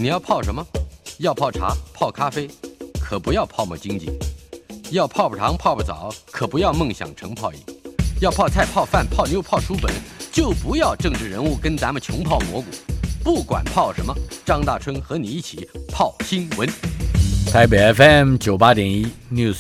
你要泡什么？要泡茶、泡咖啡，可不要泡沫经济；要泡泡糖、泡泡澡，可不要梦想成泡影；要泡菜、泡饭、泡妞、泡书本，就不要政治人物跟咱们穷泡蘑菇。不管泡什么，张大春和你一起泡新闻。台北 FM 98.1 News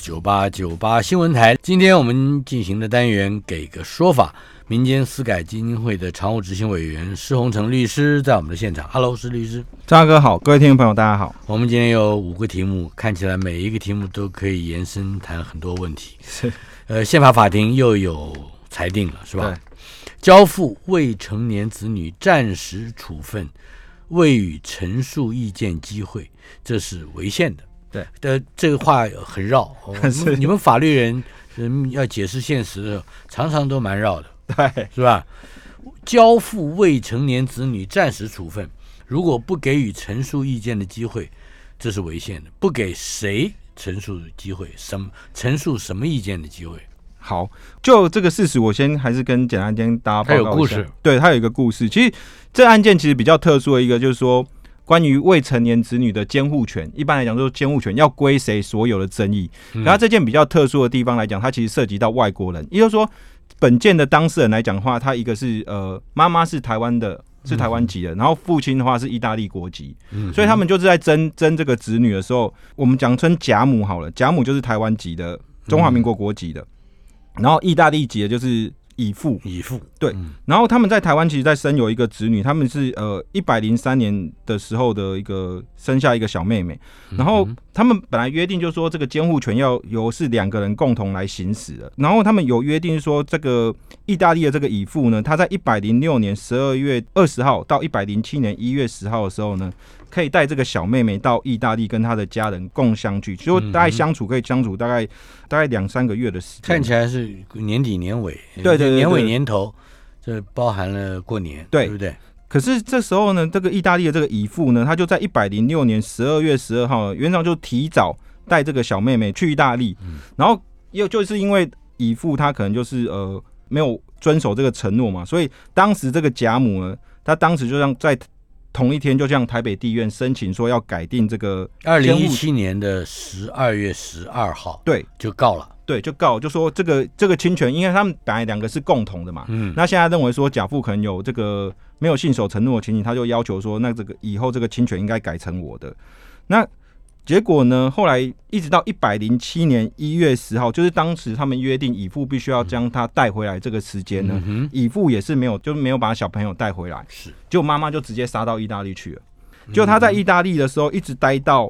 98新闻台，今天我们进行的单元给个说法。民间私改基金会的常务执行委员施宏成律师在我们的现场。Hello， 施律师。 张哥好，各位听众朋友大家好。 我们今天有5个题目，看起来每一个题目都可以延伸谈很多问题。 是， 宪法法庭又有裁定了，是吧？ 对。 交付未成年子女暂时处分，未予陈述意见机会，这是违宪的。 对， 这个话很绕，你们法律人要解释现实的时候，常常都蛮绕的。 对， 是吧？交付未成年子女暂时处分，如果不给予陈述意见的机会，这是违宪的。不给谁陈述机会，陈述什么意见的机会？ 好，就这个事实，我先还是简单跟大家报告一下。 它有故事， 对，它有一个故事。其实这案件其实比较特殊的一个，就是说关于未成年子女的监护权，一般来讲，说监护权要归谁所有的争议。然后这件比较特殊的地方来讲，它其实涉及到外国人，也就是说。本件的当事人来讲的话，他一个是妈妈是台湾的，是台湾籍的，然后父亲的话是意大利国籍，所以他们就是在争这个子女的时候，我们讲称甲母好了，甲母就是台湾籍的，中华民国国籍的，然后意大利籍的就是乙父，对，然后他们在台湾其实在生有一个子女，他们是103年的时候的一个生下一个小妹妹，然后他们本来约定就是说这个监护权要由是2个人共同来行使的，然后他们有约定说这个意大利的这个乙父呢，他在106年12月20号到107年1月10号的时候呢，可以带这个小妹妹到意大利跟她的家人共相聚，就大概可以相处大概2-3个月的时间。 看起来是年底年尾， 对， 年尾年头，这包含了过年，对不对？ 可是这时候呢，这个意大利的这个乙父呢，他就在106年12月12号呢，原上就提早带这个小妹妹去意大利，然后又就是因为乙父他可能就是没有遵守这个承诺嘛，所以当时这个甲母呢，他当时就像在同一天就向台北地院申请说要改定这个 2017年的12月12号， 对， 就告了。 对，就说这个侵权，因为他们本来2个是共同的嘛，那现在认为说甲父可能有这个没有信守承诺的情形，他就要求说，那这个以后这个侵权应该改成我的。那结果呢，后来一直到107年1月10号，就是当时他们约定乙父必须要将他带回来这个时间呢，乙父也是没有把小朋友带回来，结果妈妈就直接杀到意大利去了。结果他在意大利的时候一直待到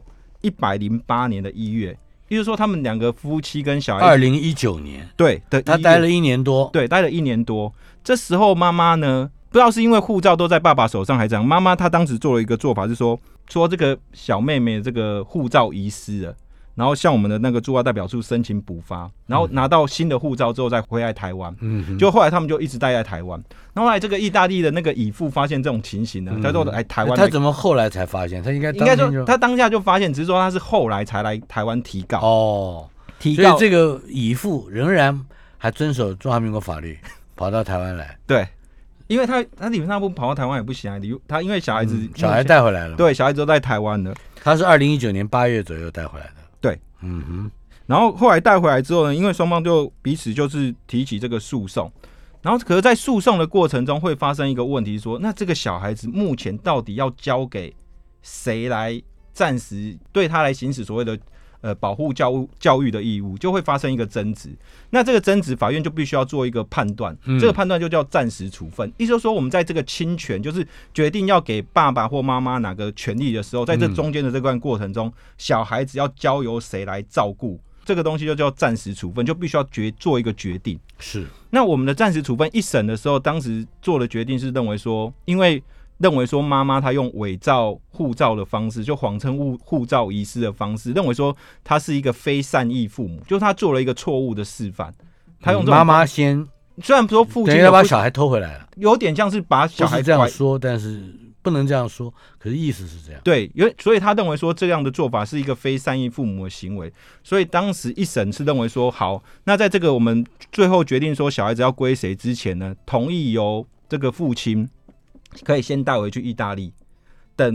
108年的1月。也就是说，他们2个夫妻跟小孩 ，2019年， 对的， 他待了1年多， 对，待了1年多。这时候妈妈呢，不知道是因为护照都在爸爸手上还是怎样，妈妈她当时做了一个做法是说这个小妹妹这个护照遗失了，然后向我们的那个驻外代表处申请补发，然后拿到新的护照之后再回来台湾。就后来他们就一直待在台湾。然后后来这个意大利的那个乙父发现这种情形呢，他说来台湾。 他怎么后来才发现？他应该说他当下就发现，只是说他是后来才来台湾提告。 提告。所以这个乙父仍然还遵守中华民国法律，跑到台湾来。 对。因为他理论上不跑到台湾也不行啊，他因为小孩带回来了， 对，小孩子都在台湾了。 他是2019年8月左右带回来的， 对，然后后来带回来之后呢，因为双方就彼此就是提起这个诉讼，然后可是，在诉讼的过程中会发生一个问题说，那这个小孩子目前到底要交给谁来暂时对他来行使所谓的保护教育的义务，就会发生一个争执。那这个争执，法院就必须要做一个判断，这个判断就叫暂时处分。意思就是说，我们在这个侵权，就是决定要给爸爸或妈妈哪个权利的时候，在这中间的这段过程中，小孩子要交由谁来照顾，这个东西就叫暂时处分，就必须要做一个决定。 是。 那我们的暂时处分一审的时候，当时做的决定是认为说，认为说妈妈她用伪造护照的方式，就谎称护照遗失的方式，认为说她是一个非善意父母，就是她做了一个错误的示范。她用这种妈妈先， 虽然说父亲等于要把小孩偷回来了， 有点像是把小孩不是这样说，但是不能这样说，可是意思是这样。 对，所以他认为说这样的做法是一个非善意父母的行为，所以当时一审是认为说，好，那在这个我们最后决定说小孩子要归谁之前呢，同意由这个父亲可以先带回去意大利，等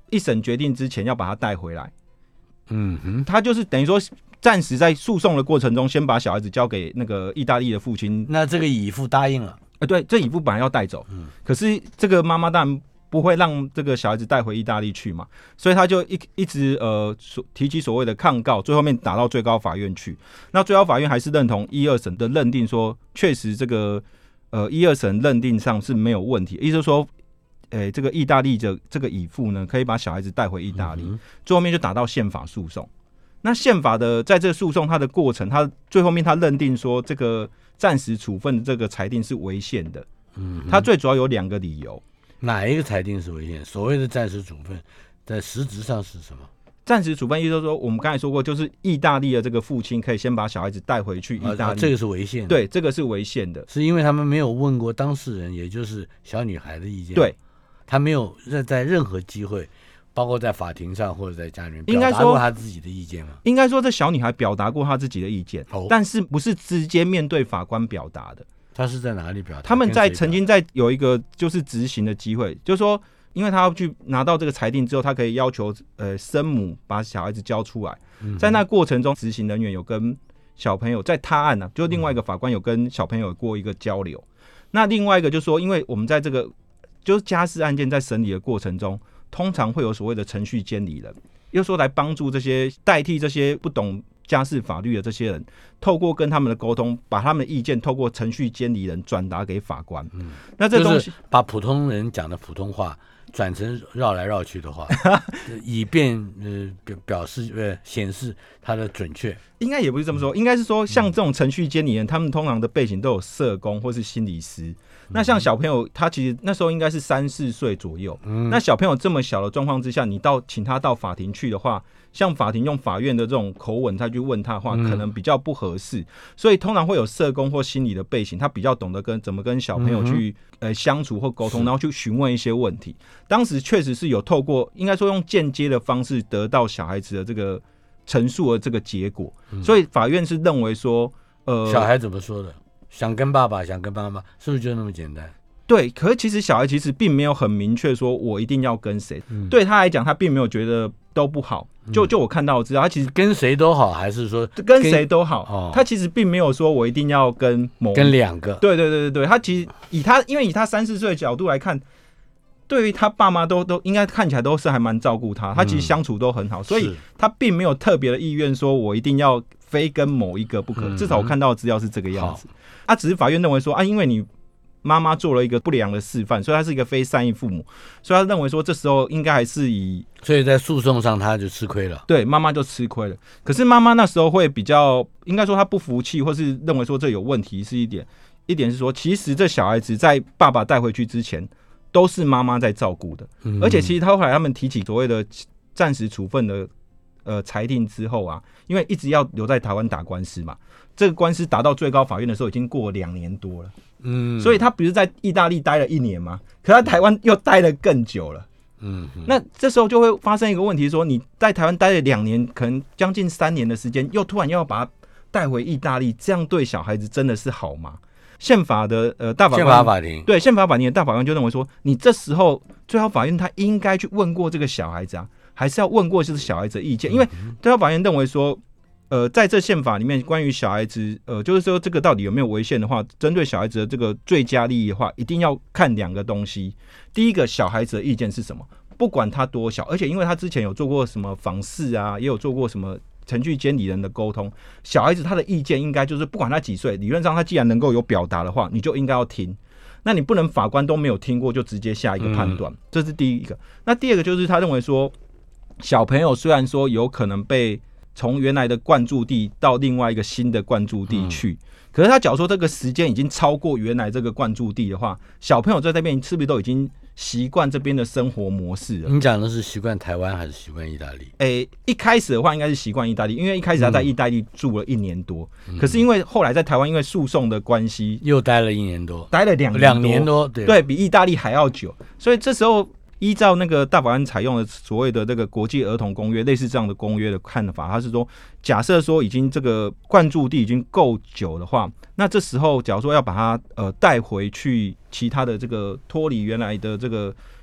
一审决定之前要把他带回来。他就是等于说暂时在诉讼的过程中，先把小孩子交给那个意大利的父亲。 那这个乙父答应了， 对，这乙父本来要带走，可是这个妈妈当然不会让这个小孩子带回意大利去嘛，所以他就一直提起所谓的抗告，最后面打到最高法院去。那最高法院还是认同1、2审的认定，说确实这个1、2审认定上是没有问题，意思说。这个意大利的这个乙父呢，可以把小孩子带回意大利，最后面就打到宪法诉讼。那宪法的在这个诉讼它的过程，他最后面他认定说这个暂时处分的这个裁定是违宪的。他最主要有2个理由。 哪一个裁定是违宪？所谓的暂时处分，在实质上是什么？ 暂时处分意思就是说，我们刚才说过，就是意大利的这个父亲可以先把小孩子带回去意大利， 这个是违宪的。 对，这个是违宪的， 是因为他们没有问过当事人，也就是小女孩的意见。 对。 他没有在任何机会，包括在法庭上或者在家里面表达过他自己的意见吗？ 应该说，这小女孩表达过她自己的意见，但是不是直接面对法官表达的。 她是在哪里表达？ 他们曾经在有一个就是执行的机会，就是说，因为他要去拿到这个裁定之后，他可以要求生母把小孩子交出来。在那过程中，执行人员有跟小朋友在他案呢，就另外一个法官有跟小朋友过一个交流。那另外一个就是说，因为我们在这个就是家事案件在审理的过程中，通常会有所谓的程序监理人，又说来帮助这些代替这些不懂家事法律的这些人，透过跟他们的沟通，把他们的意见透过程序监理人转达给法官。那这东西、 就是把普通人讲的普通话转成绕来绕去的话，以便表示显示它的准确。 应该也不是这么说，应该是说像这种程序监理人，他们通常的背景都有社工或是心理师。那像小朋友，他其实那时候应该是3、4岁左右。那小朋友这么小的状况之下，你请他到法庭去的话，像法庭用法院的这种口吻再去问他的话，可能比较不合适。所以通常会有社工或心理的背景，他比较懂得怎么跟小朋友去相处或沟通，然后去询问一些问题。当时确实是有透过，应该说用间接的方式得到小孩子的这个陈述的这个结果。所以法院是认为说， 小孩怎么说的？想跟爸爸，想跟妈妈，是不是就那么简单？ 对，可是其实小孩其实并没有很明确说我一定要跟谁。对他来讲，他并没有觉得都不好。就我看到知道，他其实跟谁都好，还是说跟谁都好？他其实并没有说我一定要跟 2个。 对，他其实因为以他3、4岁的角度来看，对于他爸妈都应该看起来都是还蛮照顾他，他其实相处都很好，所以他并没有特别的意愿说我一定要非跟某一个不可。至少我看到的资料是这个样子。只是法院认为说因为你妈妈做了一个不良的示范，所以他是一个非善意父母，所以他认为说这时候应该还是所以在诉讼上他就吃亏了。 对，妈妈就吃亏了。可是妈妈那时候会比较，应该说他不服气，或是认为说这有问题，是一点是说，其实这小孩子在爸爸带回去之前，都是妈妈在照顾的。而且其实后来他们提起所谓的暂时处分的裁定之后啊，因为一直要留在台湾打官司嘛，这个官司打到最高法院的时候已经过了2年多了。所以他不是在意大利待了1年吗？可他台湾又待了更久了。那这时候就会发生一个问题，说你在台湾待了2年，可能将近3年的时间，又突然要把他带回意大利，这样对小孩子真的是好吗？宪法的大法官， 宪法法庭对宪法法庭的大法官就认为说，你这时候最高法院他应该去问过这个小孩子啊，还是要问过就是小孩子的意见，因为最高法院认为说。在这宪法里面，关于小孩子，就是说这个到底有没有违宪的话，针对小孩子的这个最佳利益的话，一定要看2个东西。第一个，小孩子的意见是什么？不管他多小，而且因为他之前有做过什么访视啊，也有做过什么程序监理人的沟通，小孩子他的意见应该就是不管他几岁，理论上他既然能够有表达的话，你就应该要听。那你不能法官都没有听过就直接下一个判断，这是第一个。那第二个就是他认为说，小朋友虽然说有可能被从原来的灌注地到另外一个新的灌注地去，可是他假如说这个时间已经超过原来这个灌注地的话，小朋友在这边是不是都已经习惯这边的生活模式了？ 你讲的是习惯台湾还是习惯意大利？ 一开始的话应该是习惯意大利，因为一开始他在意大利住了1年多，可是因为后来在台湾因为诉讼的关系， 又待了1年多， 待了2年多，对，比意大利还要久，所以这时候。依照那个大法官采用的所谓的这个国际儿童公约，类似这样的公约的看法，他是说，假设说已经这个灌注地已经够久的话，那这时候假如说要把它带回去其他的这个脱离原来的这个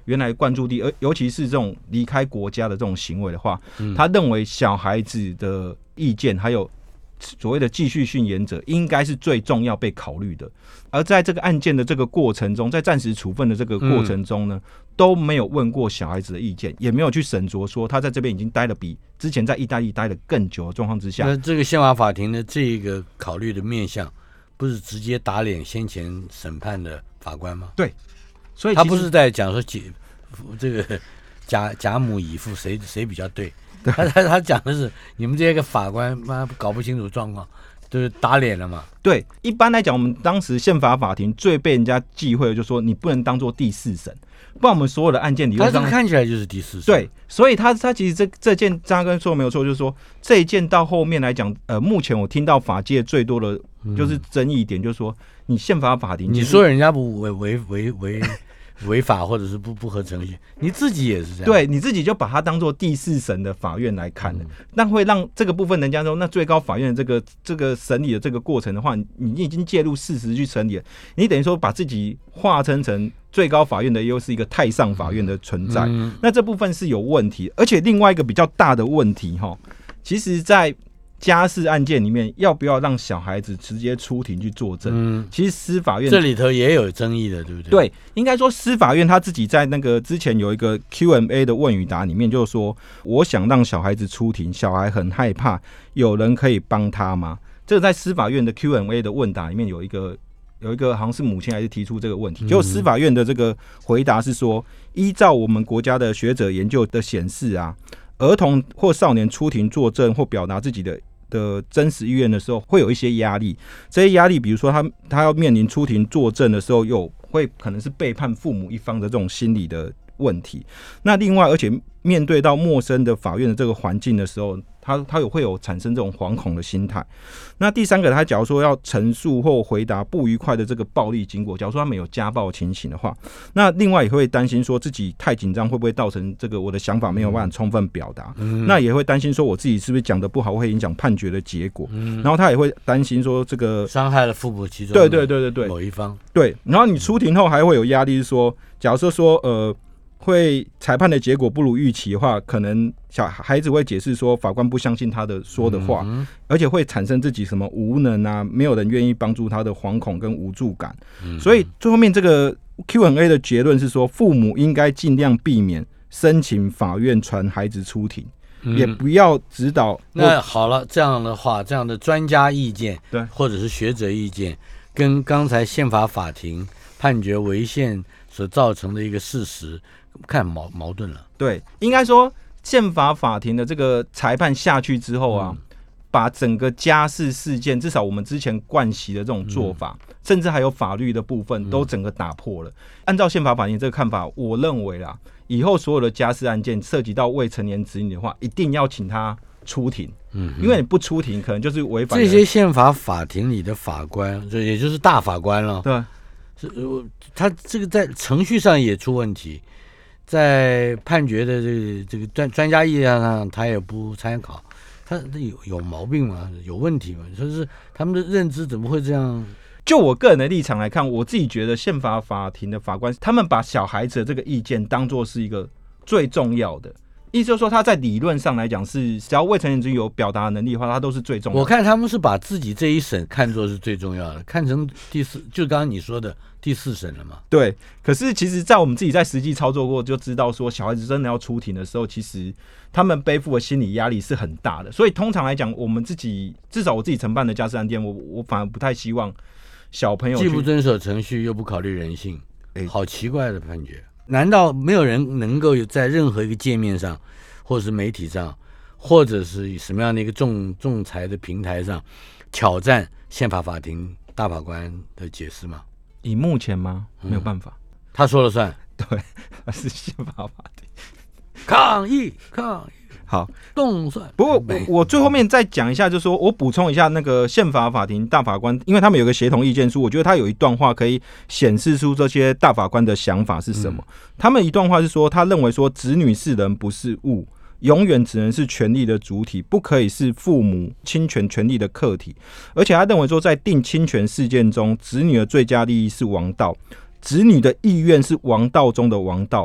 原来灌注地，尤其是这种离开国家的这种行为的话，他认为小孩子的意见还有所谓的继续训言者应该是最重要被考虑的。而在这个案件的这个过程中，在暂时处分的这个过程中呢，都没有问过小孩子的意见，也没有去审酌说他在这边已经待了比之前在意大利待了更久的状况之下。 那这个宪法法庭的这个考虑的面向，不是直接打脸先前审判的法官吗？ 对，所以他不是在讲说这个甲母乙父谁比较对，他讲的是你们这些个法官妈搞不清楚状况，就是打脸了嘛。 对，一般来讲，我们当时宪法法庭最被人家忌讳的，就是说你不能当做第四审，不然我们所有的案件理论上， 他看起来就是第四审。 对，所以他其实这件张根说没有错，就是说这一件到后面来讲，目前我听到法界最多的就是争议点，就是说你宪法法庭， 你说人家不违法或者是不合程序，你自己也是这样。 对，你自己就把它当做第四审的法院来看了，那会让这个部分人家说，那最高法院的这个审理的这个过程的话，你已经介入事实去审理了，你等于说把自己化成最高法院的又是一个太上法院的存在，那这部分是有问题。而且另外一个比较大的问题其实在家事案件里面，要不要让小孩子直接出庭去作证？其实司法院这里头也有争议的，对不对？ 对，应该说司法院他自己在那个之前有一个 Q&A 的问与答里面，就是说，我想让小孩子出庭，小孩很害怕，有人可以帮他吗？这个在司法院的 Q&A 的问答里面有一个好像是母亲还是提出这个问题，结果司法院的这个回答是说，依照我们国家的学者研究的显示啊，儿童或少年出庭作证或表达自己的真实意愿的时候，会有一些压力。这些压力，比如说他要面临出庭作证的时候，又会可能是背叛父母一方的这种心理的问题。那另外，而且面对到陌生的法院的这个环境的时候，他会有产生这种惶恐的心态。那第三个，他假如说要陈述或回答不愉快的这个暴力经过，假如说他们有家暴情形的话，那另外也会担心说自己太紧张会不会造成这个我的想法没有办法充分表达，那也会担心说我自己是不是讲的不好会影响判决的结果，然后他也会担心说这个伤害了父母其中对某一方， 对，然后你出庭后还会有压力，是说假如说会裁判的结果不如预期的话，可能小孩子会解释说法官不相信他的说的话，而且会产生自己什么无能啊，没有人愿意帮助他的惶恐跟无助感。所以最后面这个 Q&A 的结论是说，父母应该尽量避免申请法院传孩子出庭，也不要指导。 那好了，这样的话，这样的专家意见，对，或者是学者意见，跟刚才宪法法庭判决违宪所造成的一个事实，看矛盾了。 对，应该说宪法法庭的这个裁判下去之后啊，把整个家事事件，至少我们之前惯习的这种做法，甚至还有法律的部分，都整个打破了。按照宪法法庭这个看法，我认为啦，以后所有的家事案件涉及到未成年子女的话，一定要请他出庭，因为你不出庭，可能就是违反这些宪法法庭里的法官，也就是大法官了。 对， 他这个在程序上也出问题，在判决的这个专家意见上，他也不参考，他有毛病吗？有问题吗？就是他们的认知怎么会这样？ 就我个人的立场来看，我自己觉得宪法法庭的法官，他们把小孩子的这个意见当作是一个最重要的。意思就是说，他在理论上来讲是，只要未成年子女有表达能力的话，他都是最重要的。 我看他们是把自己这一审看作是最重要的，看成第四，就刚刚你说的第四审了嘛。 对，可是其实，在我们自己在实际操作过，就知道说，小孩子真的要出庭的时候，其实他们背负的心理压力是很大的。所以通常来讲，我们自己至少我自己承办的家事案件，我反而不太希望小朋友既不遵守程序，又不考虑人性，好奇怪的判决。难道没有人能够在任何一个界面上，或者是媒体上，或者是什么样的一个仲裁的平台上挑战宪法法庭大法官的解释吗？ 以目前吗？没有办法， 他说了算。 对，他是宪法法庭。 抗议。 好， 动算。 不过我最后面再讲一下，就是说我补充一下那个宪法法庭大法官，因为他们有个协同意见书，我觉得他有一段话可以显示出这些大法官的想法是什么。他们一段话是说，他认为说子女是人不是物，永远只能是权利的主体，不可以是父母侵权权利的客体。而且他认为说，在定侵权事件中，子女的最佳利益是王道，子女的意愿是王道中的王道。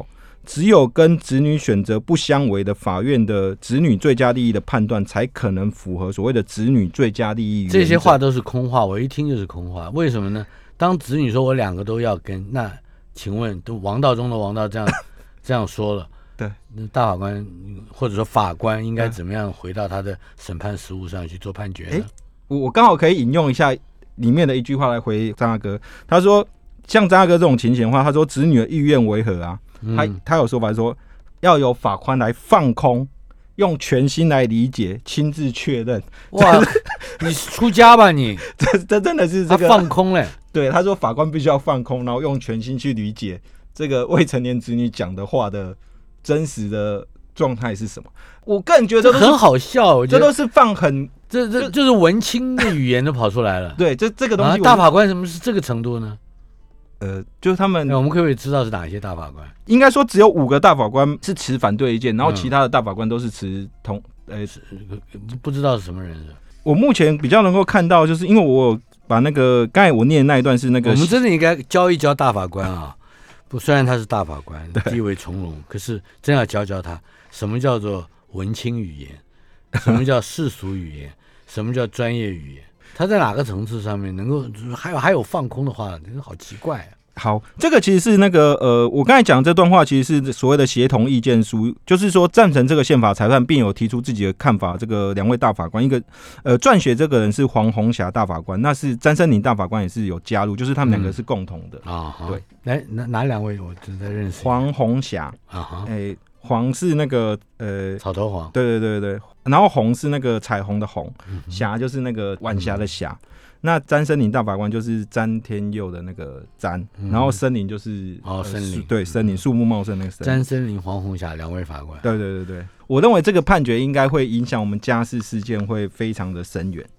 只有跟子女选择不相违的法院的子女最佳利益的判断，才可能符合所谓的子女最佳利益原则。 这些话都是空话，我一听就是空话。为什么呢？当子女说我2个都要跟，那请问，都王道中的王道这样说了， 对， 那大法官或者说法官应该怎么样回到他的审判实务上去做判决呢？ 我刚好可以引用一下里面的一句话来回张大哥。他说，像张大哥这种情形的话，他说子女的意愿为何啊？他有说法说，要由法官来放空，用全心来理解，亲自确认。 哇，你出家吧你？ 这真的是这个他放空嘞。 对，他说法官必须要放空，然后用全心去理解这个未成年子女讲的话的真实的状态是什么。我个人觉得这很好笑，我觉得这都是放很这就是文青的语言都跑出来了。 对，这个东西、 大法官怎么是这个程度呢？ 就是他们， 我们可不可以知道是哪些大法官？ 应该说只有5个大法官是持反对意见，然后其他的大法官都是持同。 不知道是什么人是。 我目前比较能够看到，就是因为我有把那个刚才我念的那一段是那个， 我们真的应该教一教大法官啊。不，虽然他是大法官，地位从容，可是真要教教他，什么叫做文青语言，什么叫世俗语言，什么叫专业语言。他在哪个层次上面能够还有放空的话，真的好奇怪啊！ 好，这个其实是那个我刚才讲这段话，其实是所谓的协同意见书，就是说赞成这个宪法裁判，并有提出自己的看法。这个2位大法官，一个撰写这个人是黄宏霞大法官，那是詹森林大法官也是有加入，就是他们2个是共同的对， 来哪2位我正在认识？ 黄宏霞黄是那个草头黄， 对，然后红是那个彩虹的红，霞就是那个晚霞的霞。那詹森林大法官就是詹天佑的那个詹，然后森林就是森林， 对，森林树木茂盛那个森林。 詹森林、黄宏霞2位法官， 对，我认为这个判决应该会影响我们家事事件会非常的深远。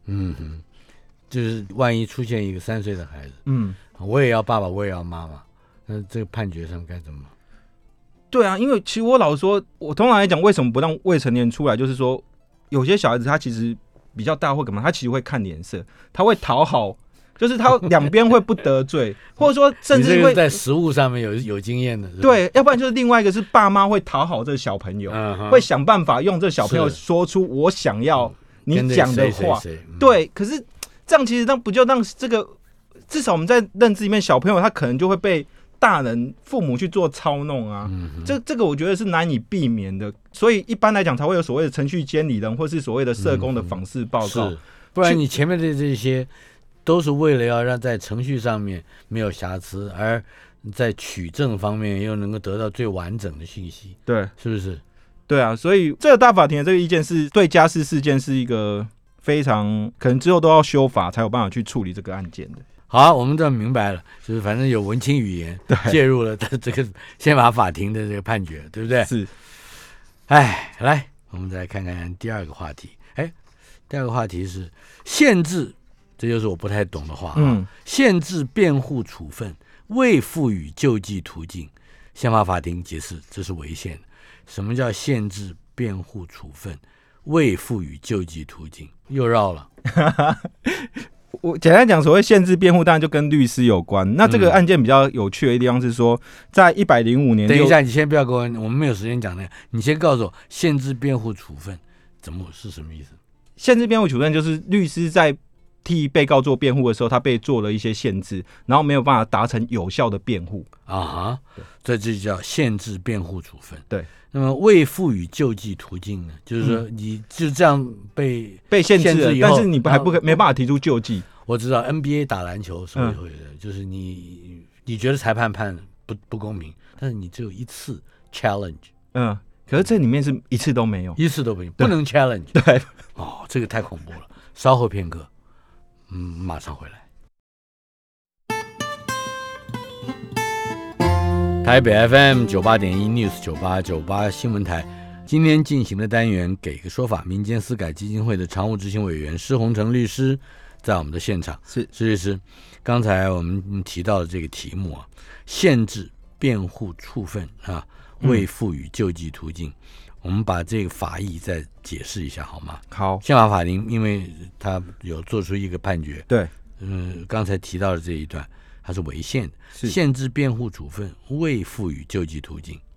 就是万一出现一个3岁的孩子，我也要爸爸，我也要妈妈，那这个判决上该怎么？ 对啊，因为其实我老说，我通常来讲，为什么不让未成年出来？就是说，有些小孩子他其实比较大会干嘛？他其实会看脸色，他会讨好，就是他2边会不得罪，或者说甚至会在实务上面有经验的。 对，要不然就是另外一个是爸妈会讨好这个小朋友，会想办法用这小朋友说出我想要你讲的话。对，可是这样其实不就让这个至少我们在认知里面，小朋友他可能就会被大人父母去做操弄啊，这个我觉得是难以避免的，所以一般来讲才会有所谓的程序监理人或是所谓的社工的访视报告， 不然你前面的这些都是为了要让在程序上面没有瑕疵，而在取证方面又能够得到最完整的信息， 对， 是不是？ 对啊，所以这个大法庭的这个意见是对家事事件是一个非常可能之后都要修法才有办法去处理这个案件的。 好，我们这明白了，就是反正有文青语言介入了这个宪法法庭的这个判决，对不对？ 是。 来，我们再来看看第2个话题。第2个话题是限制，这就是我不太懂的话限制辩护处分未赋予救济途径，宪法法庭解释这是违宪的。什么叫限制辩护处分未赋予救济途径？又绕了。 我简单讲，所谓限制辩护，当然就跟律师有关。那这个案件比较有趣的地方是说，在105年， 等一下，你先不要跟我们没有时间讲那个，你先告诉我限制辩护处分是什么意思？ 限制辩护处分就是律师在替被告做辩护的时候，他被做了一些限制，然后没有办法达成有效的辩护这就叫限制辩护处分。 对。 那么未赋予救济途径呢？就是说你就这样被限制了， 以后但是你没办法提出救济。 我知道 NBA 打篮球所以会的，就是你觉得裁判判不公平，但是你只有一次 challenge， 可是这里面是一次都没有， 一次都不能 challenge。 对， 这个太恐怖了。稍后片刻，马上回来。台北 FM 98.1 News 98新闻台，今天进行的单元给个说法，民间司改基金会的常务执行委员施宏成律师在我们的现场。 是施律师，刚才我们提到的这个题目限制辩护处分未赋予救济途径，我们把这个法义再解释一下好吗？ 好， 宪法法庭因为他有做出一个判决， 对， 刚才提到的这一段它是违宪的， 是限制辩护处分未赋予救济途径。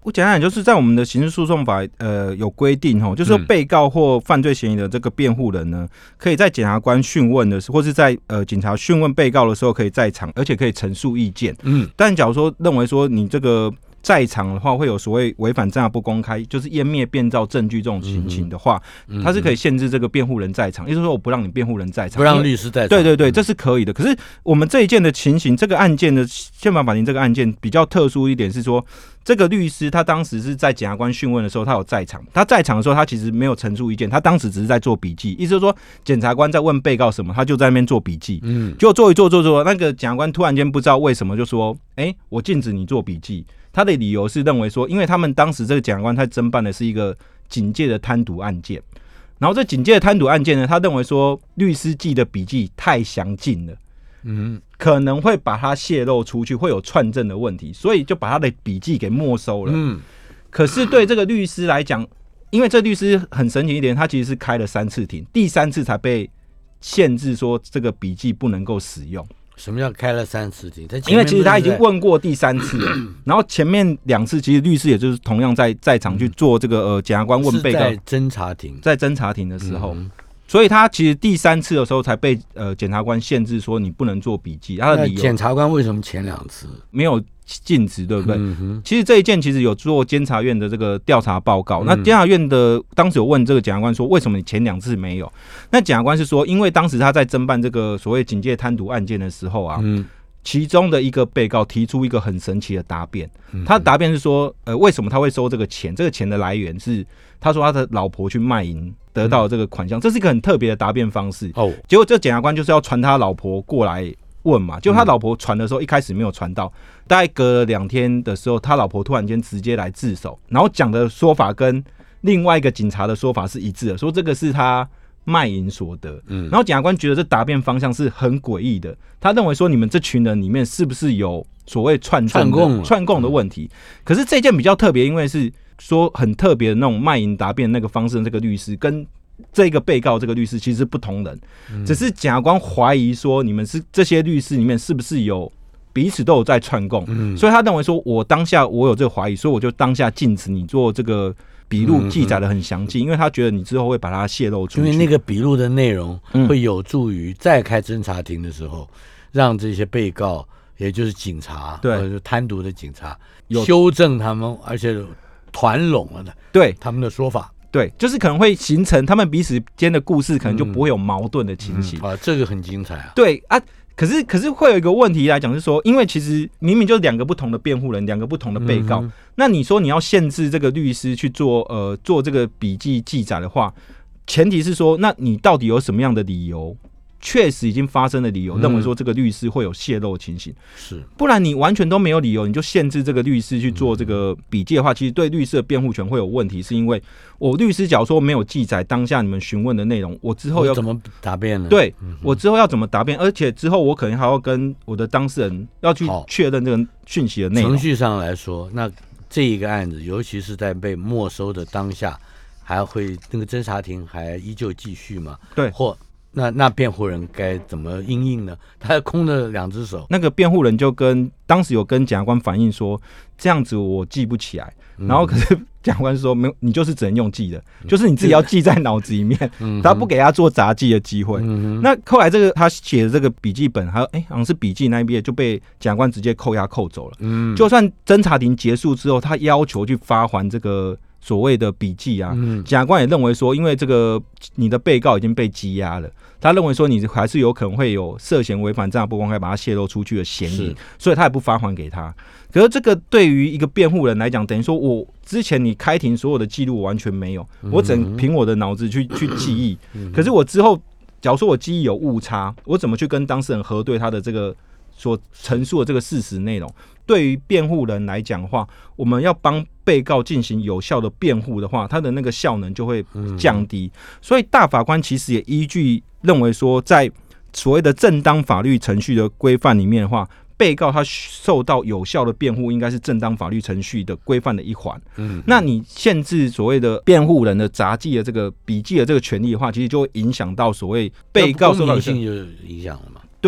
我简单讲，就是在我们的刑事诉讼法有规定就是说被告或犯罪嫌疑的这个辩护人呢，可以在检察官讯问的时候，或是在警察讯问被告的时候可以在场，而且可以陈述意见。但假如说认为说你这个在场的话会有所谓违反侦查不公开，就是湮灭变造证据这种情形的话，它是可以限制这个辩护人在场，也就是说我不让你辩护人在场， 不让律师在场。 对对对，这是可以的。可是我们这一件的情形，这个案件的宪法法庭这个案件比较特殊一点是说，这个律师他当时是在检察官讯问的时候，他有在场。他在场的时候，他其实没有陈述意见，他当时只是在做笔记。意思就是说，检察官在问被告什么，他就在那边做笔记。就做一做，那个检察官突然间不知道为什么就说：“我禁止你做笔记。”他的理由是认为说，因为他们当时这个检察官他侦办的是一个警戒的贪渎案件，然后这警戒的贪渎案件呢，他认为说律师记的笔记太详尽了。可能会把它泄露出去，会有串证的问题，所以就把他的笔记给没收了。可是对这个律师来讲，因为这律师很神奇一点，他其实是开了3次庭，第3次才被限制说这个笔记不能够使用。 什么叫开了3次庭？ 因为其实他已经问过第3次了，然后前面2次其实律师也就是同样在场去做这个检察官问被告， 是在侦查庭， 在侦查庭的时候。所以他其实第3次的时候才被检察官限制说你不能做笔记。他的理由， 检察官为什么前2次没有禁止，对不对？其实这一件其实有做监察院的这个调查报告。那监察院的当时有问这个检察官说，为什么你前2次没有？那检察官是说，因为当时他在侦办这个所谓警戒贪渎案件的时候啊，其中的一个被告提出一个很神奇的答辩。他的答辩是说，为什么他会收这个钱？这个钱的来源是他说他的老婆去卖淫得到这个款项，这是一个很特别的答辩方式。结果这检察官就是要传他老婆过来问嘛，就他老婆传的时候一开始没有传到，大概隔了2天的时候，他老婆突然间直接来自首，然后讲的说法跟另外一个警察的说法是一致的，说这个是他卖淫所得。然后检察官觉得这答辩方向是很诡异的，他认为说你们这群人里面是不是有所谓串供的问题？可是这件比较特别，因为是说很特别的那种卖淫答辩那个方式的这个律师跟这个被告这个律师其实是不同人，只是检察官怀疑说你们是这些律师里面是不是有彼此都有在串供，所以他认为说我当下我有这个怀疑，所以我就当下禁止你做这个笔录记载的很详细，因为他觉得你之后会把它泄露出去， 因为那个笔录的内容会有助于再开侦查庭的时候，让这些被告也就是警察或者是贪渎的警察修正他们，而且团拢了的对他们的说法。 对，就是可能会形成他们彼此间的故事，可能就不会有矛盾的情形。 这个很精彩啊。 对啊，可是会有一个问题来讲，是说，因为其实明明就是2个不同的辩护人，2个不同的被告，那你说你要限制这个律师去做这个笔记记载的话，前提是说，那你到底有什么样的理由？确实已经发生的理由，认为说这个律师会有泄露的情形， 是不然你完全都没有理由，你就限制这个律师去做这个笔记的话，其实对律师的辩护权会有问题，是因为我律师假如说没有记载当下你们询问的内容，我之后要怎么答辩呢？ 对，我之后要怎么答辩？而且之后我可能还要跟我的当事人要去确认这个讯息的内容。 程序上来说，那这一个案子，尤其是在被没收的当下，还会那个侦查庭还依旧继续吗？ 对， 或那辩护人该怎么因应呢？他空了2只手。 那个辩护人就当时有跟检察官反映说，这样子我记不起来。然后可是检察官说没有，你就是只能用记的，就是你自己要记在脑子里面，他不给他做杂记的机会。那后来这个他写的这个笔记本，还有好像是笔记那一页就被检察官直接扣走了。就算侦查庭结束之后，他要求去发还这个所谓的笔记啊，检察官也认为说，因为这个你的被告已经被羁押了，他认为说你还是有可能会有涉嫌违反侦查不公开把它泄露出去的嫌疑，所以他也不发还给他。可是这个对于一个辩护人来讲，等于说我之前你开庭所有的记录我完全没有，我只能凭我的脑子去记忆。可是我之后假如说我记忆有误差，我怎么去跟当事人核对他的这个所陈述的这个事实内容？对于辩护人来讲的话，我们要帮被告进行有效的辩护的话，他的那个效能就会降低。所以大法官其实也依据认为说，在所谓的正当法律程序的规范里面的话，被告他受到有效的辩护，应该是正当法律程序的规范的一环。那你限制所谓的辩护人的杂记的这个笔记的这个权利的话，其实就会影响到所谓被告受到公平性就影响了嘛。 对，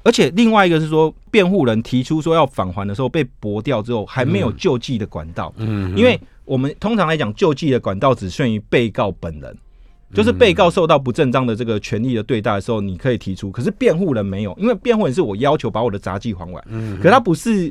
而且另外一个是说，辩护人提出说要返还的时候被驳掉之后，还没有救济的管道。因为我们通常来讲，救济的管道只限于被告本人，就是被告受到不正当的这个权利的对待的时候，你可以提出。可是辩护人没有，因为辩护人是我要求把我的杂技还完，可他不是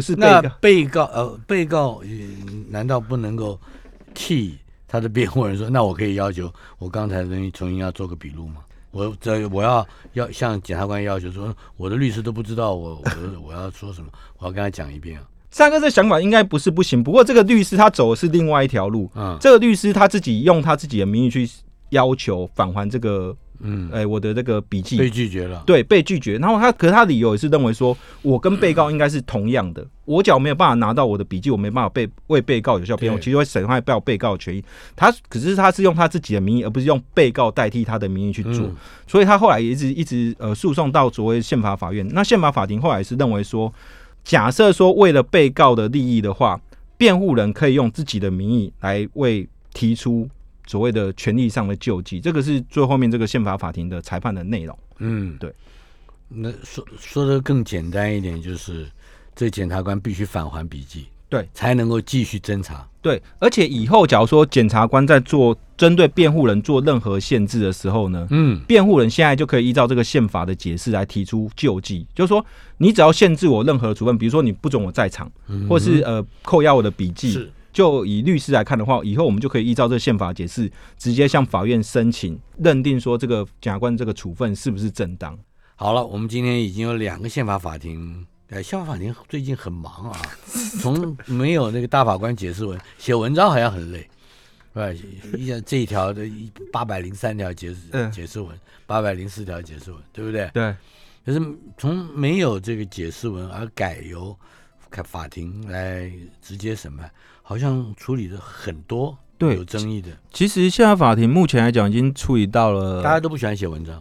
被告难道不能够替他的辩护人说，那我可以要求我刚才的东西重新要做个笔录吗？我要向检察官要求说，我的律师都不知道我要说什么，我要跟他讲一遍啊。 三哥这想法应该不是不行，不过这个律师他走的是另外一条路。这个律师他自己用他自己的名义去要求返还这个，我的这个笔记被拒绝了， 对，被拒绝。然后可是他理由也是认为说，我跟被告应该是同样的，我只要没有办法拿到我的笔记，我没办法为被告有效辩护，其实会损害到被告的权益。可是他是用他自己的名义，而不是用被告代替他的名义去做，所以他后来也一直诉讼到所谓宪法法院。那宪法法庭后来是认为说，假设说为了被告的利益的话，辩护人可以用自己的名义来为提出所谓的权利上的救济，这个是最后面这个宪法法庭的裁判的内容。对。 那说的更简单一点，就是这检察官必须返还笔记， 对， 才能够继续侦查。 对，而且以后假如说检察官在做针对辩护人做任何限制的时候呢，辩护人现在就可以依照这个宪法的解释来提出救济，就是说你只要限制我任何处分，比如说你不准我在场，或是扣押我的笔记，就以律师来看的话，以后我们就可以依照这个宪法解释，直接向法院申请认定说这个检察官这个处分是不是正当。 好了，我们今天已经有2个宪法法庭。宪法法庭最近很忙啊，从没有那个大法官解释文，写文章好像很累，这一条的803条解释文，804条解释文，对不对？ 对。 可是从没有这个解释文而改由法庭来直接审判，好像处理的很多有争议的。 其实宪法法庭目前来讲已经处理到了， 大家都不喜欢写文章。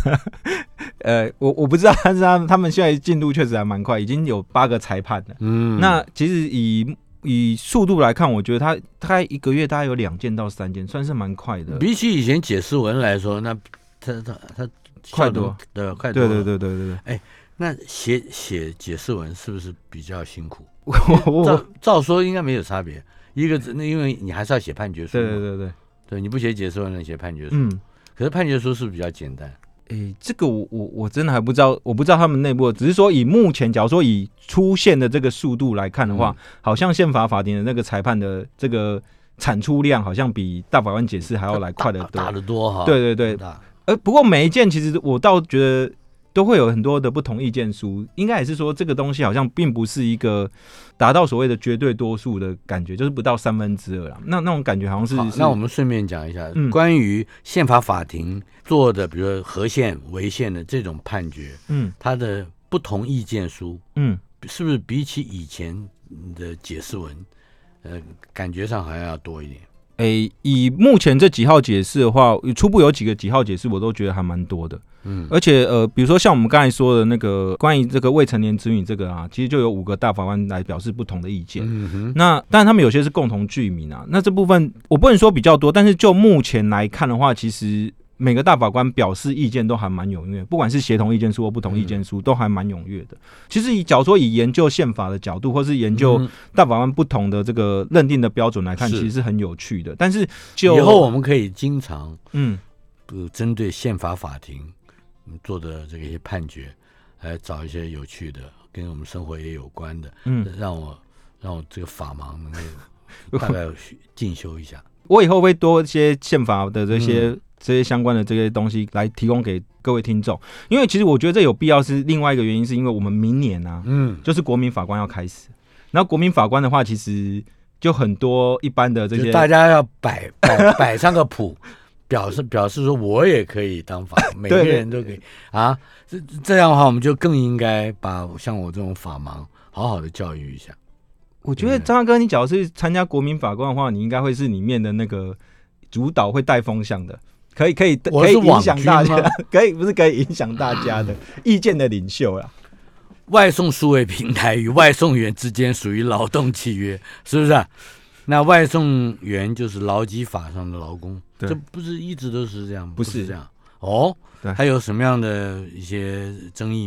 我不知道，但是他们现在进度确实还蛮快，已经有8个裁判了。那其实以速度来看，我觉得他大概1个月大概有2件到3件，算是蛮快的。 比起以前解释文来说，那他快多， 对，快多。 对。 那写解释文是不是比较辛苦？照说应该没有差别。一个因为你还是要写判决书。对，你不写解释文能写判决书。可是判决书是不是比较简单？ 这个我真的还不知道，我不知道他们内部，只是说以目前，假如说以出现的这个速度来看的话，好像宪法法庭的那个裁判的这个产出量，好像比大法官解释还要来快得多， 大得多哈。 对。不过每一件其实我倒觉得都会有很多的不同意见书，应该也是说这个东西好像并不是一个达到所谓的绝对多数的感觉，就是不到2/3啦。那种感觉好像是。 那我们顺便讲一下，关于宪法法庭做的，比如说合宪、违宪的这种判决，它的不同意见书，是不是比起以前的解释文，感觉上好像要多一点？ 以目前这几号解释的话，初步有几号解释我都觉得还蛮多的。而且比如说像我们刚才说的那个关于这个未成年子女这个啊，其实就有5个大法官来表示不同的意见。那当然他们有些是共同居民啊，那这部分我不能说比较多，但是就目前来看的话，其实每个大法官表示意见都还蛮踊跃，不管是协同意见书或不同意见书，都还蛮踊跃的。其实假如说以研究宪法的角度，或是研究大法官不同的这个认定的标准来看，其实是很有趣的。但是以后我们可以经常针对宪法法庭做的这个一些判决，来找一些有趣的，跟我们生活也有关的，让我这个法盲能够大概进修一下。 我以后会多一些宪法的这些相关的这些东西来提供给各位听众，因为其实我觉得这有必要是另外一个原因，是因为我们明年啊，就是国民法官要开始，然后国民法官的话，其实就很多一般的这些， 大家要摆上个谱，表示说我也可以当法官，每个人都可以啊。这样的话，我们就更应该把像我这种法盲好好的教育一下。 我觉得张大哥，你假如是参加国民法官的话，你应该会是里面的那个主导会带风向的，可以影响大家，可以影响大家的意见的领袖啦。 外送数位平台与外送员之间属于劳动契约，是不是？那外送员就是劳基法上的劳工，这不是一直都是这样吗？ 不是这样哦。还有什么样的一些争议吗？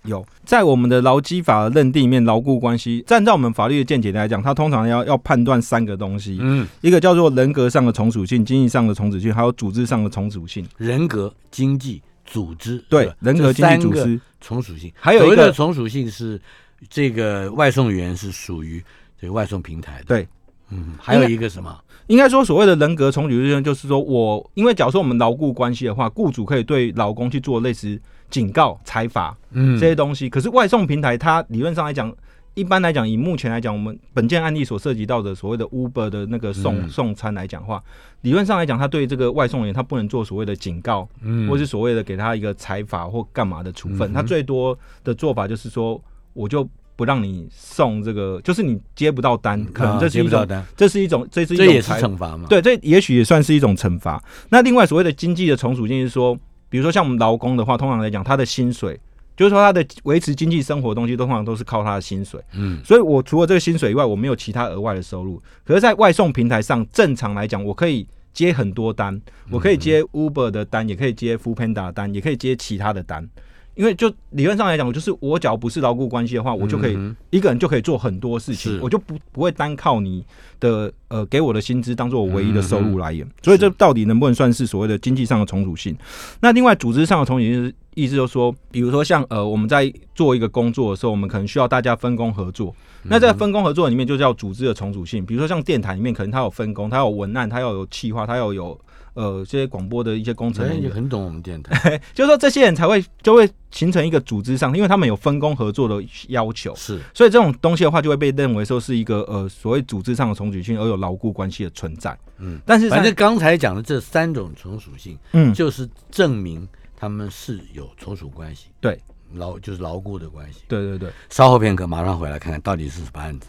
有，在我们的劳基法的认定里面，劳雇关系，按照我们法律的见解来讲，它通常要判断3个东西，一个叫做人格上的从属性、经济上的从属性，还有组织上的从属性。 人格、经济、组织， 对，人格、经济、组织从属性。 还有一个从属性是这个外送员是属于这个外送平台的， 对， 还有一个什么？ 应该说，所谓的人格从属性，就是说因为假如说我们劳雇关系的话，雇主可以对劳工去做类似警告、裁罚这些东西。可是外送平台，它理论上来讲，一般来讲，以目前来讲，我们本件案例所涉及到的所谓的 Uber 的那个送餐来讲的话，理论上来讲，他对这个外送员，他不能做所谓的警告，或是所谓的给他一个裁罚或干嘛的处分。他最多的做法就是说，我就不让你送这个，就是你接不到单，可能这是一种，这也是惩罚嘛？ 对，这也许也算是一种惩罚。那另外所谓的经济的从属性是说，比如说像我们劳工的话，通常来讲，他的薪水，就是说他的维持经济生活的东西，通常都是靠他的薪水。所以我除了这个薪水以外，我没有其他额外的收入。可是，在外送平台上，正常来讲，我可以接很多单，我可以接 Uber 的单，也可以接 Foodpanda 的单，也可以接其他的单。因为就理论上来讲，就是我只要不是劳雇关系的话，我就可以一个人就可以做很多事情，我就不会单靠你的给我的薪资当做我唯一的收入来源。所以这到底能不能算是所谓的经济上的从属性？那另外组织上的从属性意思就是说，比如说像我们在做一个工作的时候，我们可能需要大家分工合作。那在分工合作里面就叫组织的从属性。比如说像电台里面，可能它有分工，它有文案，它要有企划，它要有这些广播的一些工程人员， 也很懂我们电台， 就是说这些人就会形成一个组织上，因为他们有分工合作的要求， 是， 所以这种东西的话，就会被认为说是一个所谓组织上的从属性，而有劳雇关系的存在。但是反正刚才讲的这3种从属性，就是证明他们是有从属关系， 对， 就是劳雇的关系。 对对对。 稍后片刻，马上回来看看到底是什么案子。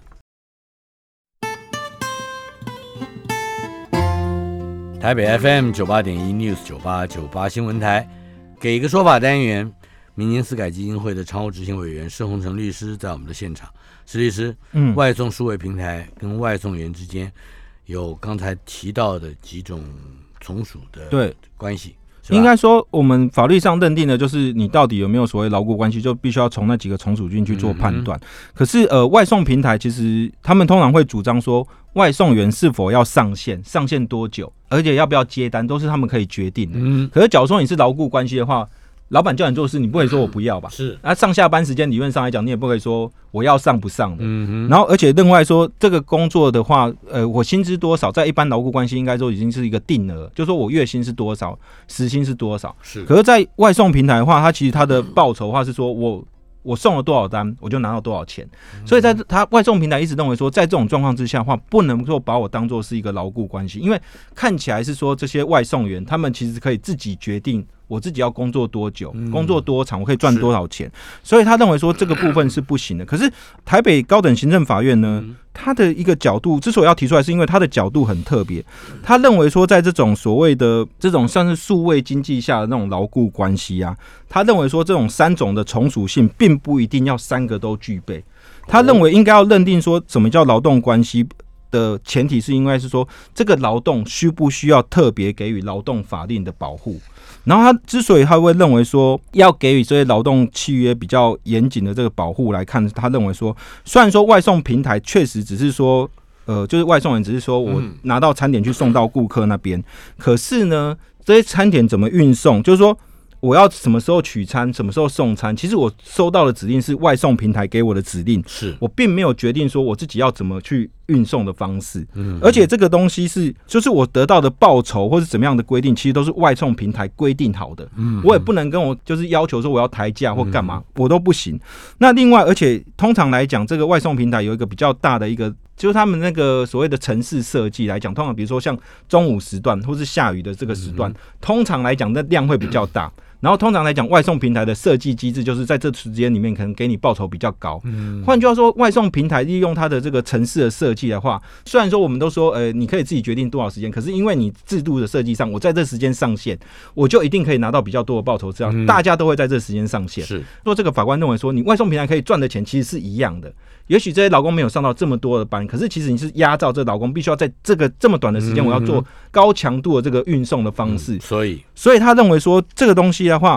台北 FM 98.1 News 98新闻台，给一个说法单元，民间司改基金会的常务执行委员施宏成律师在我们的现场。施律师，外送数位平台跟外送员之间有刚才提到的几种从属的关系。 应该说，我们法律上认定的就是你到底有没有所谓劳雇关系，就必须要从那几个从属性去做判断。可是外送平台其实他们通常会主张说，外送员是否要上线多久，而且要不要接单，都是他们可以决定的。可是假如说你是劳雇关系的话，老板叫你做事，你不可以说我不要吧？ 是。 上下班时间理论上来讲，你也不可以说我要上不上的。然后，而且另外说，这个工作的话，我薪资多少，在一般劳雇关系应该说已经是一个定额，就是说我月薪是多少，时薪是多少。 是。 可是，在外送平台的话，它其实它的报酬的话是说我送了多少单，我就拿到多少钱。所以在他外送平台一直认为说，在这种状况之下的话，不能够把我当作是一个劳雇关系，因为看起来是说这些外送员他们其实可以自己决定我自己要工作多久，工作多长，我可以赚多少钱。所以他认为说这个部分是不行的。可是台北高等行政法院呢，他的一个角度之所以要提出来，是因为他的角度很特别。他认为说，在这种所谓的这种算是数位经济下的那种劳雇关系啊，他认为说这种3种的从属性并不一定要3个都具备。他认为应该要认定说什么叫劳动关系的前提是应该是说，这个劳动需不需要特别给予劳动法令的保护。然后他之所以他会认为说要给予这些劳动契约比较严谨的这个保护来看，他认为说，虽然说外送平台确实只是说就是外送人只是说我拿到餐点去送到顾客那边，可是呢，这些餐点怎么运送，就是说我要什么时候取餐，什么时候送餐，其实我收到的指令是外送平台给我的指令， 是我并没有决定说我自己要怎么去运送的方式。而且这个东西就是我得到的报酬或是怎么样的规定，其实都是外送平台规定好的。我也不能跟我就是要求说我要抬价或干嘛，我都不行。那另外，而且通常来讲，这个外送平台有一个比较大的一个，就是他们那个所谓的程式设计来讲，通常比如说像中午时段或是下雨的这个时段，通常来讲那量会比较大。然后通常来讲，外送平台的设计机制就是在这时间里面可能给你报酬比较高。换句话说，外送平台利用它的这个程式的设计的话，虽然说我们都说你可以自己决定多少时间，可是因为你制度的设计上，我在这时间上线，我就一定可以拿到比较多的报酬，这样大家都会在这时间上线。 是说这个法官认为说，你外送平台可以赚的钱其实是一样的。也许这些劳工没有上到这么多的班，可是其实你是压榨这劳工必须要在这么短的时间，我要做高强度的这个运送的方式。 所以他认为说这个东西的话，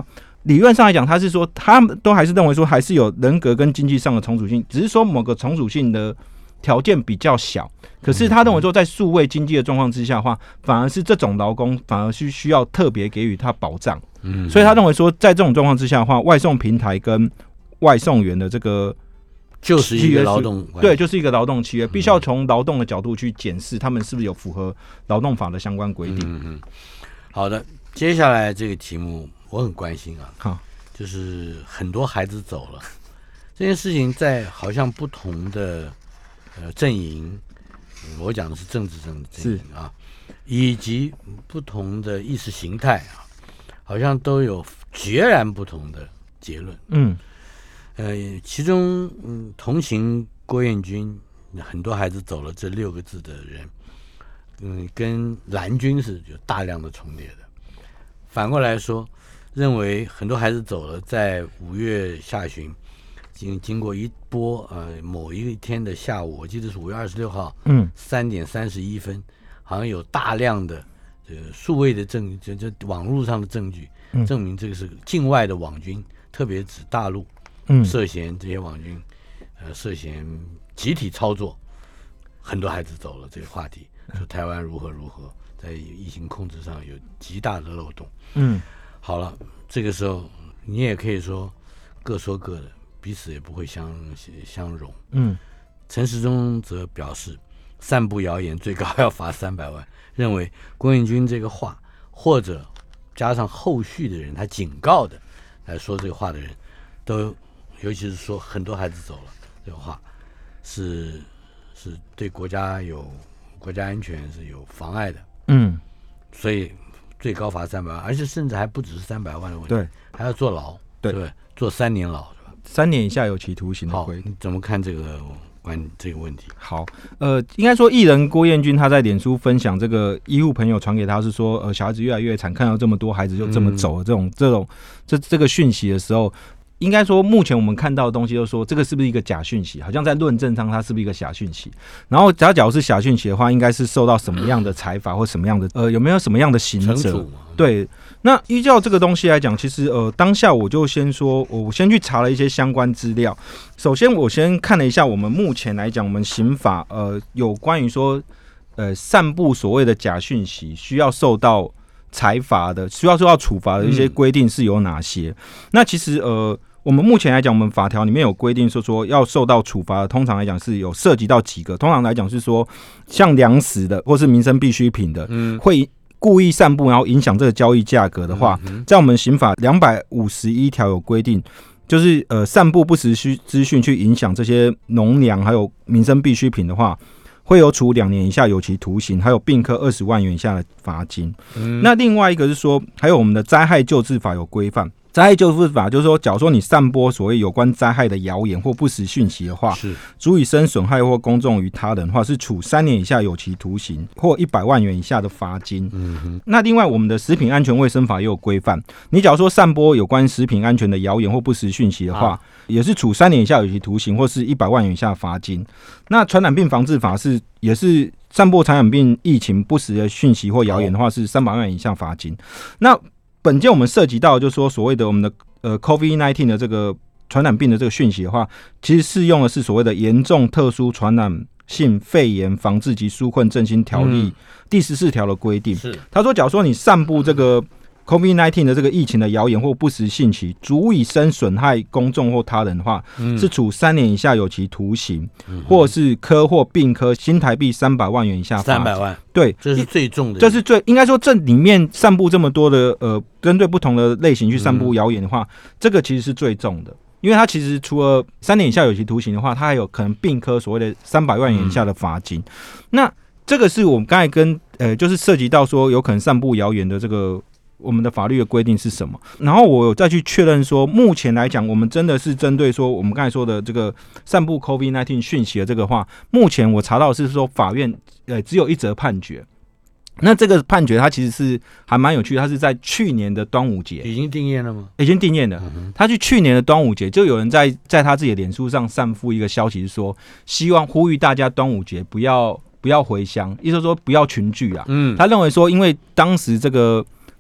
理论上来讲，他是说他们都还是认为说还是有人格跟经济上的重组性，只是说某个重组性的条件比较小。可是他认为说，在数位经济的状况之下的话，反而是这种劳工反而是需要特别给予他保障。所以他认为说，在这种状况之下的话，外送平台跟外送员的这个就是一个劳动， 对，就是一个劳动契约，必须要从劳动的角度去检视他们是不是有符合劳动法的相关规定。 好的，接下来这个题目我很关心啊， 好， 就是很多孩子走了这件事情，在好像不同的阵营，我讲的是政治阵营啊，以及不同的意识形态啊，好像都有截然不同的结论。其中同行郭彦均很多孩子走了这6个字的人，跟蓝军是有大量的重叠的。反过来说，认为很多孩子走了，在5月下旬经过一波某一天的下午，我记得是5月26号，3点31分，好像有大量的数位的证据，这网络上的证据，证明这个是境外的网军，特别指大陆，涉嫌这些网军涉嫌集体操作，很多孩子走了这个话题，说台湾如何，在疫情控制上有极大的漏洞。好了，这个时候你也可以说各说各的，彼此也不会相容。陈时中则表示，散布谣言最高要罚300万，认为郭彦均这个话，或者加上后续的人他警告的来说这个话的人，都尤其是说很多孩子走了这个话，是对国家安全是有妨碍的。所以最高罚300万，而且甚至还不只是300万的问题， 对， 还要坐牢， 对， 坐3年牢，是吧 ？3年以下有期徒刑的规定。 你怎么看这个问题？ 好，应该说艺人郭彦均他在脸书分享这个医护朋友传给他是说，小孩子越来越惨，看到这么多孩子就这么走了这个讯息的时候。应该说，目前我们看到的东西，就是说这个是不是一个假讯息？好像在论证上，它是不是一个假讯息？然后，假如是假讯息的话，应该是受到什么样的裁罚或什么样的有没有什么样的刑责？对，那依照这个东西来讲，其实当下我就先说，我先去查了一些相关资料。首先，我先看了一下我们目前来讲，我们刑法有关于说散布所谓的假讯息需要受到裁罚的，需要受到处罚的一些规定是有哪些？那其实我们目前来讲，我们法条里面有规定说要受到处罚的，通常来讲是有涉及到几个。通常来讲是说，像粮食的或是民生必需品的，会故意散布然后影响这个交易价格的话，在我们刑法251条有规定，就是散布不实资讯去影响这些农粮还有民生必需品的话，会有处2年以下有期徒刑，还有并科20万元以下的罚金。那另外一个是说，还有我们的灾害救治法有规范。灾害救治法就是说，假如说你散播所谓有关灾害的谣言或不实讯息的话，足以生损害或公众于他人的话，是处3年以下有期徒刑或100万元以下的罚金。那另外我们的食品安全卫生法也有规范，你假如说散播有关食品安全的谣言或不实讯息的话，也是处3年以下有期徒刑或是100万元以下的罚金。那传染病防治法也是散播传染病疫情不实的讯息或谣言的话，是300万元以下罚金。那本件我们涉及到就是说所谓的我们的COVID-19 的这个传染病的这个讯息的话，其实适用的是所谓的严重特殊传染性肺炎防治及纾困振兴条例第14条的规定。他说，假如说你散布这个COVID-19 的这个疫情的谣言或不实信息，足以生损害公众或他人的话，是处3年以下有期徒刑，或者是科或并科新台币300万元以下罚金。 300万， 对， 这是最重的。 这是应该说这里面散布这么多的针对不同的类型去散布谣言的话，这个其实是最重的。因为它其实除了3年以下有期徒刑的话，它还有可能并科所谓的300万元以下的罚金。那这个是我们刚才跟就是涉及到说有可能散布谣言的这个。我们的法律的规定是什么？然后我有再去确认说，目前来讲，我们真的是针对说我们刚才说的这个散布 COVID-19 讯息的这个话，目前我查到的是说法院只有1则判决。那这个判决它其实是还蛮有趣的，它是在去年的端午节已经定谳了吗？ 已经定谳了。他去年的端午节，就有人在他自己的脸书上散布一个消息，是说希望呼吁大家端午节不要回乡，意思说不要群聚啊。他认为说，因为当时这个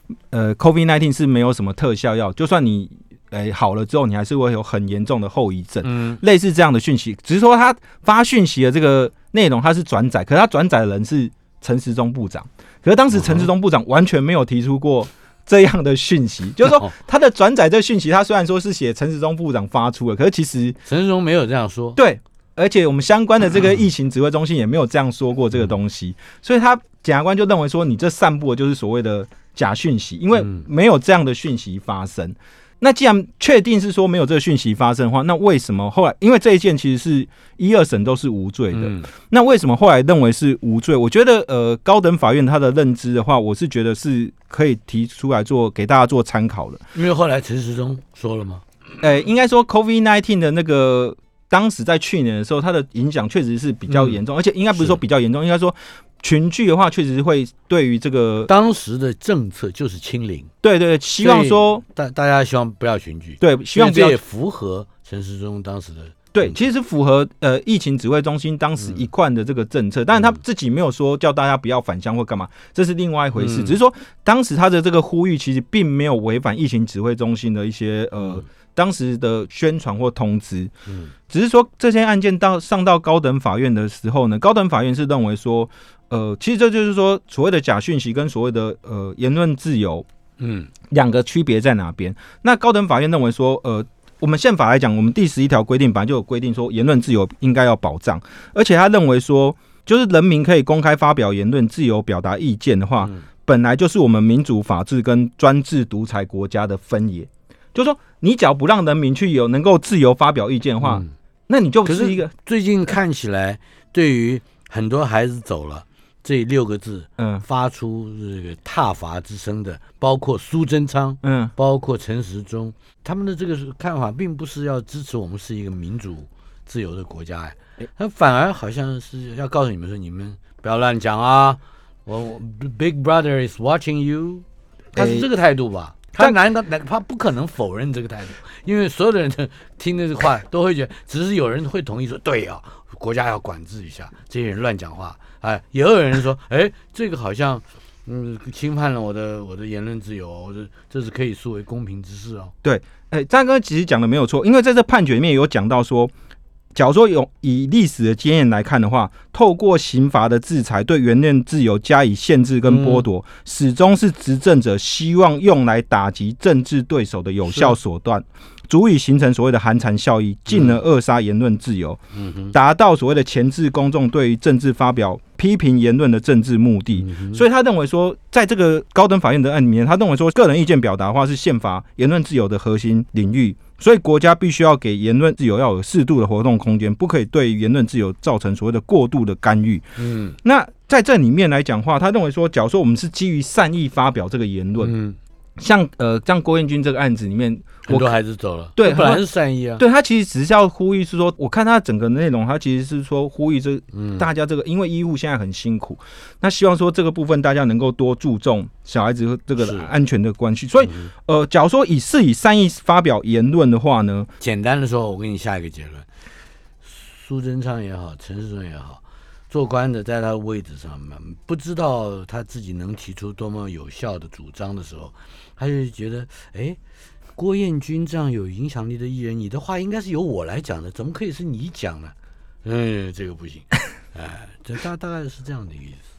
COVID-19 是没有什么特效药，就算你好了之后，你还是会有很严重的后遗症，类似这样的讯息。只是说他发讯息的这个内容他是转载，可是他转载的人是陈时中部长，可是当时陈时中部长完全没有提出过这样的讯息，就是说他的转载这讯息，他虽然说是写陈时中部长发出的，可是其实陈时中没有这样说。 对，而且我们相关的这个疫情指挥中心也没有这样说过这个东西，所以他检察官就认为说，你这散布的就是所谓的假讯息，因为没有这样的讯息发生。那既然确定是说没有这个讯息发生的话，那为什么后来？因为这一件其实是1、2审都是无罪的，那为什么后来认为是无罪？我觉得高等法院他的认知的话，我是觉得是可以提出来做给大家做参考的。 因为后来陈时中说了吗？ 应该说 COVID-19 的那个当时在去年的时候，它的影响确实是比较严重，而且应该不是说比较严重，应该说群聚的话，确实会对于这个当时的政策就是清零， 对对，希望说大家希望不要群聚， 对，希望不要， 这也符合陈时中当时的对，其实是符合疫情指挥中心当时一贯的这个政策，但是他自己没有说叫大家不要返乡或干嘛，这是另外一回事。只是说当时他的这个呼吁其实并没有违反疫情指挥中心的一些当时的宣传或通知，只是说这些案件上到高等法院的时候呢，高等法院是认为说，其实这就是说所谓的假讯息跟所谓的言论自由，两个区别在哪边？那高等法院认为说，我们宪法来讲，我们第11条规定本来就有规定说言论自由应该要保障，而且他认为说，就是人民可以公开发表言论、自由表达意见的话，本来就是我们民主法治跟专制独裁国家的分野。就是说，你只要不让人民去能够自由发表意见的话，那你就是一个。 最近看起来，对于很多孩子走了这6个字，发出这个挞伐之声的，包括苏贞昌，包括陈时中，他们的这个看法，并不是要支持我们是一个民主自由的国家，他反而好像是要告诉你们说，你们不要乱讲啊，我 Big Brother is watching you， 他是这个态度吧？他不可能否认这个态度，因为所有的人听这个话都会觉得，只是有人会同意说，对啊，国家要管制一下这些人乱讲话，也有人说，这个好像侵犯了我的言论自由，这是可以视为公平之事哦。 对，张哥其实讲的没有错，因为在这判决里面有讲到说，假如说以历史的经验来看的话，透过刑罚的制裁对言论自由加以限制跟剥夺，始终是执政者希望用来打击政治对手的有效手段，足以形成所谓的寒蝉效应，进而扼杀言论自由，达到所谓的钳制公众对于政治发表批评言论的政治目的。所以他认为说，在这个高等法院的案里面，他认为说，个人意见表达的话是宪法言论自由的核心领域。所以国家必须要给言论自由要有适度的活动空间，不可以对言论自由造成所谓的过度的干预。那在这里面来讲话，他认为说，假如说我们是基于善意发表这个言论，像郭彦均这个案子里面， 很多孩子走了， 对， 本来是善意啊， 对，他其实只是要呼吁是说，我看他整个内容，他其实是说呼吁大家这个，因为医务现在很辛苦，那希望说这个部分大家能够多注重小孩子这个安全的关系。所以假如说以善意发表言论的话呢， 简单的说，我给你下一个结论：苏贞昌也好，陈时中也好，做官的在他的位置上面，不知道他自己能提出多么有效的主张的时候，他就觉得，郭彦均这样有影响力的艺人，你的话应该是由我来讲的，怎么可以是你讲呢？这个不行，这大概是这样的意思。